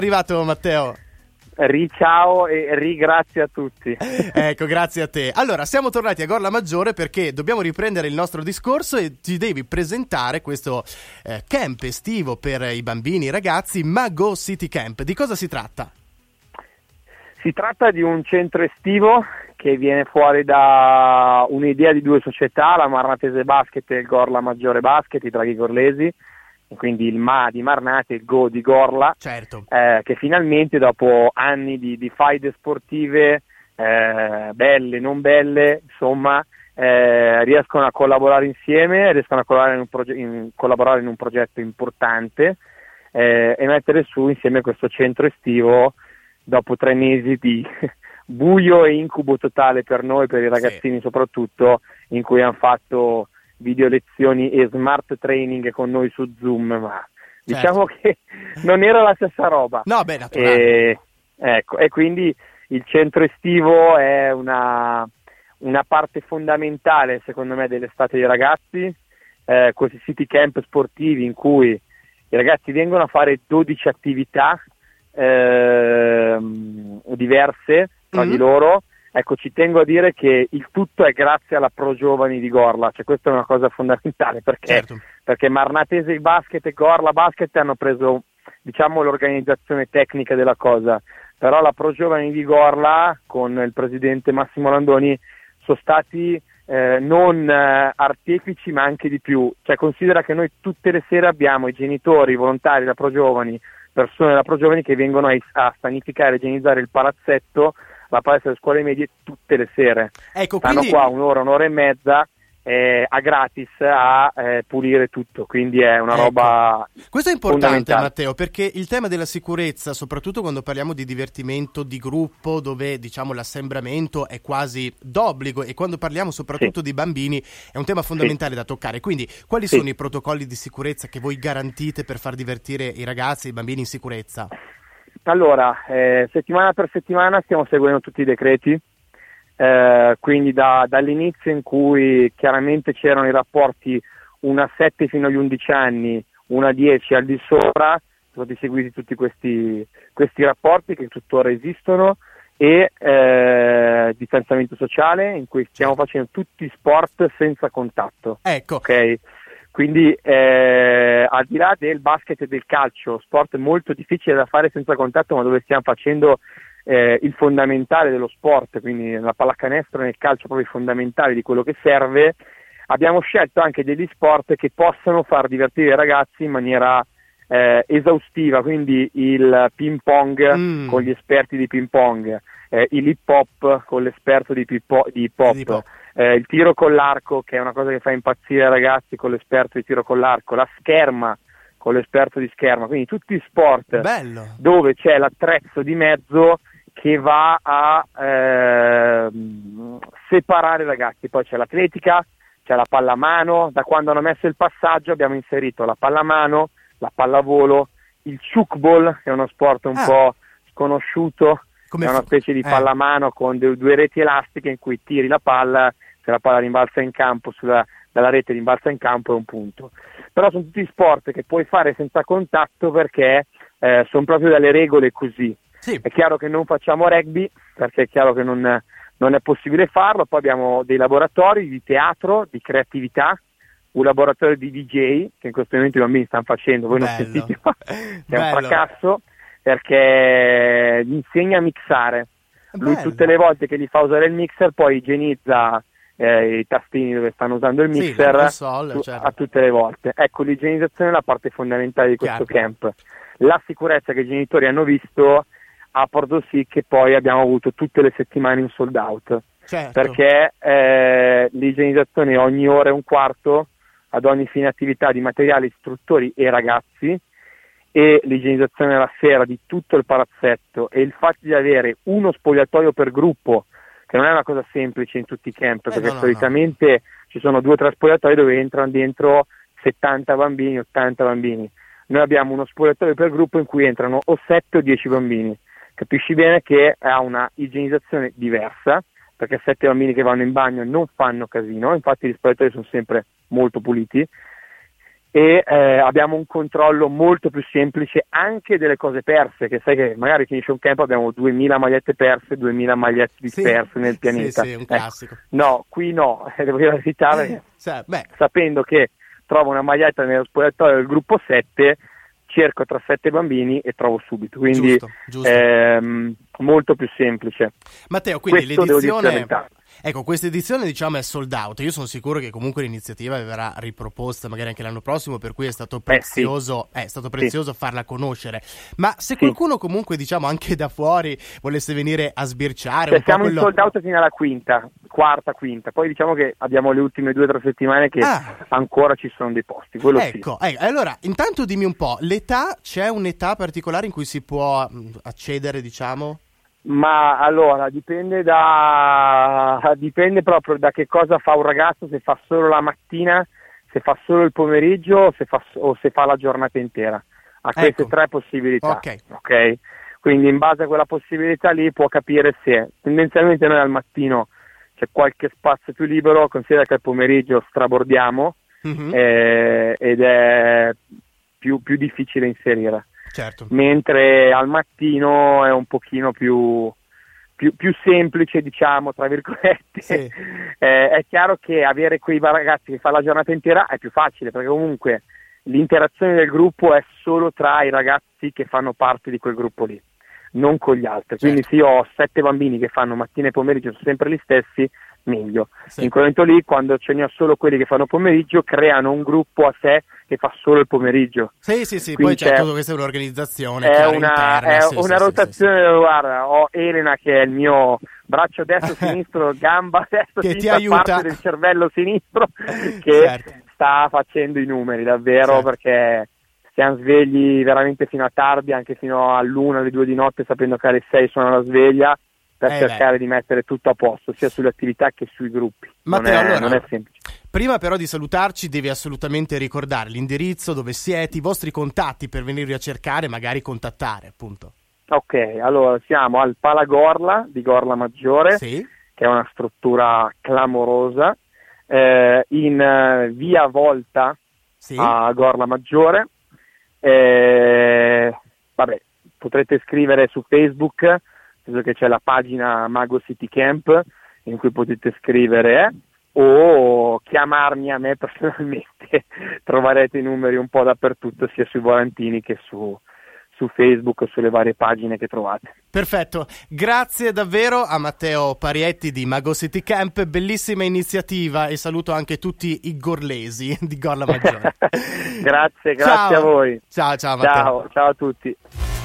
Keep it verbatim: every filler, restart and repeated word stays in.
Arrivato Matteo. Riciao e ringrazio a tutti. Ecco, grazie a te. Allora, siamo tornati a Gorla Maggiore perché dobbiamo riprendere il nostro discorso e ti devi presentare questo eh, camp estivo per i bambini e i ragazzi, Mago City Camp. Di cosa si tratta? Si tratta di un centro estivo che viene fuori da un'idea di due società, la Marnatese Basket e il Gorla Maggiore Basket, i draghi gorlesi, quindi il M A di Marnate e il Go di Gorla, certo. eh, che finalmente dopo anni di, di faide sportive, eh, belle, non belle, insomma, eh, riescono a collaborare insieme, riescono a collaborare in un, proge- in, collaborare in un progetto importante eh, e mettere su insieme questo centro estivo dopo tre mesi di buio e incubo totale per noi, per i ragazzini sì. soprattutto, in cui hanno fatto video lezioni e smart training con noi su Zoom, ma certo. diciamo che non era la stessa roba. No, beh, naturale. E, ecco, e quindi il centro estivo è una, una parte fondamentale, secondo me, dell'estate dei ragazzi, eh, questi city camp sportivi in cui i ragazzi vengono a fare dodici attività eh, diverse tra mm-hmm. di loro. Ecco, ci tengo a dire che il tutto è grazie alla Pro Giovani di Gorla, cioè questa è una cosa fondamentale perché, certo. perché Marnatese Basket e Gorla Basket hanno preso, diciamo, l'organizzazione tecnica della cosa, però la Pro Giovani di Gorla con il presidente Massimo Landoni sono stati eh, non eh, artefici ma anche di più, cioè considera che noi tutte le sere abbiamo i genitori, i volontari della Pro Giovani, persone della Pro Giovani che vengono a, a sanificare e igienizzare il palazzetto, la palestra delle scuole medie tutte le sere. Ecco, stanno quindi... qua un'ora, un'ora e mezza eh, a gratis a eh, pulire tutto, quindi è una ecco. roba questo è importante, Matteo, perché il tema della sicurezza, soprattutto quando parliamo di divertimento di gruppo dove diciamo l'assembramento è quasi d'obbligo, e quando parliamo soprattutto sì. di bambini è un tema fondamentale sì. da toccare, quindi quali sì. sono i protocolli di sicurezza che voi garantite per far divertire i ragazzi e i bambini in sicurezza? Allora, eh, settimana per settimana stiamo seguendo tutti i decreti, eh, quindi da, dall'inizio in cui chiaramente c'erano i rapporti una a sette fino agli undici anni, una a dieci al di sopra, sono stati seguiti tutti questi, questi rapporti che tuttora esistono, e eh, distanziamento sociale in cui stiamo facendo tutti sport senza contatto. Ecco. Ok? Quindi eh, al di là del basket e del calcio, sport molto difficile da fare senza contatto, ma dove stiamo facendo eh, il fondamentale dello sport, quindi la pallacanestro e nel calcio proprio i fondamentali di quello che serve, abbiamo scelto anche degli sport che possano far divertire i ragazzi in maniera eh, esaustiva, quindi il ping pong mm. con gli esperti di ping pong, eh, il hip hop con l'esperto di hip hop, di hip hop. Di hip hop. Eh, il tiro con l'arco, che è una cosa che fa impazzire i ragazzi, con l'esperto di tiro con l'arco, la scherma con l'esperto di scherma, quindi tutti i sport Bello. dove c'è l'attrezzo di mezzo che va a eh, separare i ragazzi. Poi c'è l'atletica, c'è la pallamano, da quando hanno messo il passaggio abbiamo inserito la pallamano, la pallavolo, il chukball, che è uno sport un ah. po' sconosciuto. Come è una specie di eh. pallamano con de- due reti elastiche in cui tiri la palla, se la palla rimbalza in campo, sulla, dalla rete rimbalza in campo è un punto. Però sono tutti sport che puoi fare senza contatto perché eh, sono proprio dalle regole così. Sì. È chiaro che non facciamo rugby perché è chiaro che non, non è possibile farlo, poi abbiamo dei laboratori di teatro, di creatività, un laboratorio di D J che in questo momento i bambini stanno facendo, voi Bello. non sentite, ma è un fracasso, perché gli insegna a mixare. Lui Bello. tutte le volte che gli fa usare il mixer poi igienizza eh, i tastini dove stanno usando il mixer sì, console, tu, certo. a tutte le volte. Ecco, l'igienizzazione è la parte fondamentale di questo Chiaro. camp. La sicurezza che i genitori hanno visto ha portato sì che poi abbiamo avuto tutte le settimane un sold out, certo. perché eh, l'igienizzazione ogni ora e un quarto ad ogni fine attività di materiali, istruttori e ragazzi, e l'igienizzazione la sera di tutto il palazzetto, e il fatto di avere uno spogliatoio per gruppo, che non è una cosa semplice in tutti i camp, eh perché no, no, solitamente no. ci sono due o tre spogliatoi dove entrano dentro settanta bambini, ottanta bambini. Noi abbiamo uno spogliatoio per gruppo in cui entrano o sette o dieci bambini. Capisci bene che ha una igienizzazione diversa, perché sette bambini che vanno in bagno non fanno casino, infatti gli spogliatoi sono sempre molto puliti, e eh, abbiamo un controllo molto più semplice anche delle cose perse, che sai che magari finisce un camp abbiamo duemila magliette perse, duemila magliette disperse sì, nel pianeta. Sì, sì, un classico. Eh, no, qui no, devo dire la verità, perché cioè, beh. sapendo che trovo una maglietta nello spogliatoio del gruppo sette, cerco tra sette bambini e trovo subito, quindi giusto, giusto. Ehm, molto più semplice. Matteo, quindi Questo l'edizione, ecco, questa edizione diciamo è sold out. Io sono sicuro che comunque l'iniziativa verrà riproposta magari anche l'anno prossimo, per cui è stato prezioso, eh, sì. è stato prezioso sì. farla conoscere. Ma se qualcuno sì. comunque diciamo anche da fuori volesse venire a sbirciare, cioè, un siamo po' quello... in sold out fino alla quinta, quarta, quinta. Poi diciamo che abbiamo le ultime due o tre settimane che ah. ancora ci sono dei posti. Quello ecco, sì. eh, allora intanto dimmi un po', l'età, c'è un'età particolare in cui si può accedere, diciamo? Ma allora dipende da dipende proprio da che cosa fa un ragazzo, se fa solo la mattina, se fa solo il pomeriggio o se fa, o se fa la giornata intera. Ha queste ecco. tre possibilità. Okay. ok? Quindi in base a quella possibilità lì può capire se tendenzialmente noi al mattino c'è qualche spazio più libero, considera che al pomeriggio strabordiamo mm-hmm. eh, ed è più, più difficile inserire. Certo. Mentre al mattino è un pochino più, più, più semplice, diciamo, tra virgolette. Sì. eh, è chiaro che avere quei ragazzi che fanno la giornata intera è più facile, perché comunque l'interazione del gruppo è solo tra i ragazzi che fanno parte di quel gruppo lì, non con gli altri. Certo. Quindi se io ho sette bambini che fanno mattina e pomeriggio, sono sempre gli stessi, meglio. Sì. In quel momento lì, quando ce ne ho solo quelli che fanno pomeriggio, creano un gruppo a sé che fa solo il pomeriggio. Sì, sì, sì, quindi poi c'è tutto, questa è un'organizzazione è chiara, una, interna. È sì, una sì, rotazione, sì, sì. Guarda, ho Elena che è il mio braccio destro, sinistro, gamba destro, che sinistra, ti aiuta. parte del cervello sinistro, che certo. sta facendo i numeri, davvero, certo. perché siamo svegli veramente fino a tardi, anche fino all'una, alle due di notte, sapendo che alle sei suona la sveglia, per eh cercare beh. di mettere tutto a posto, sia sulle attività che sui gruppi. Matteo, non, è, allora, non è semplice. Prima però di salutarci devi assolutamente ricordare l'indirizzo, dove siete, i vostri contatti per venirvi a cercare, magari contattare, appunto. Ok, allora siamo al Palagorla di Gorla Maggiore, sì. che è una struttura clamorosa, eh, in uh, via Volta sì. a Gorla Maggiore. Eh, vabbè, potrete scrivere su Facebook, penso che c'è la pagina Mago City Camp in cui potete scrivere eh, o chiamarmi a me personalmente. Troverete i numeri un po' dappertutto, sia sui volantini che su, su Facebook o sulle varie pagine che trovate. Perfetto, grazie davvero a Matteo Parietti di Mago City Camp, bellissima iniziativa, e saluto anche tutti i gorlesi di Gorla Maggiore. grazie, grazie ciao. a voi. Ciao, ciao Matteo. Ciao, ciao a tutti.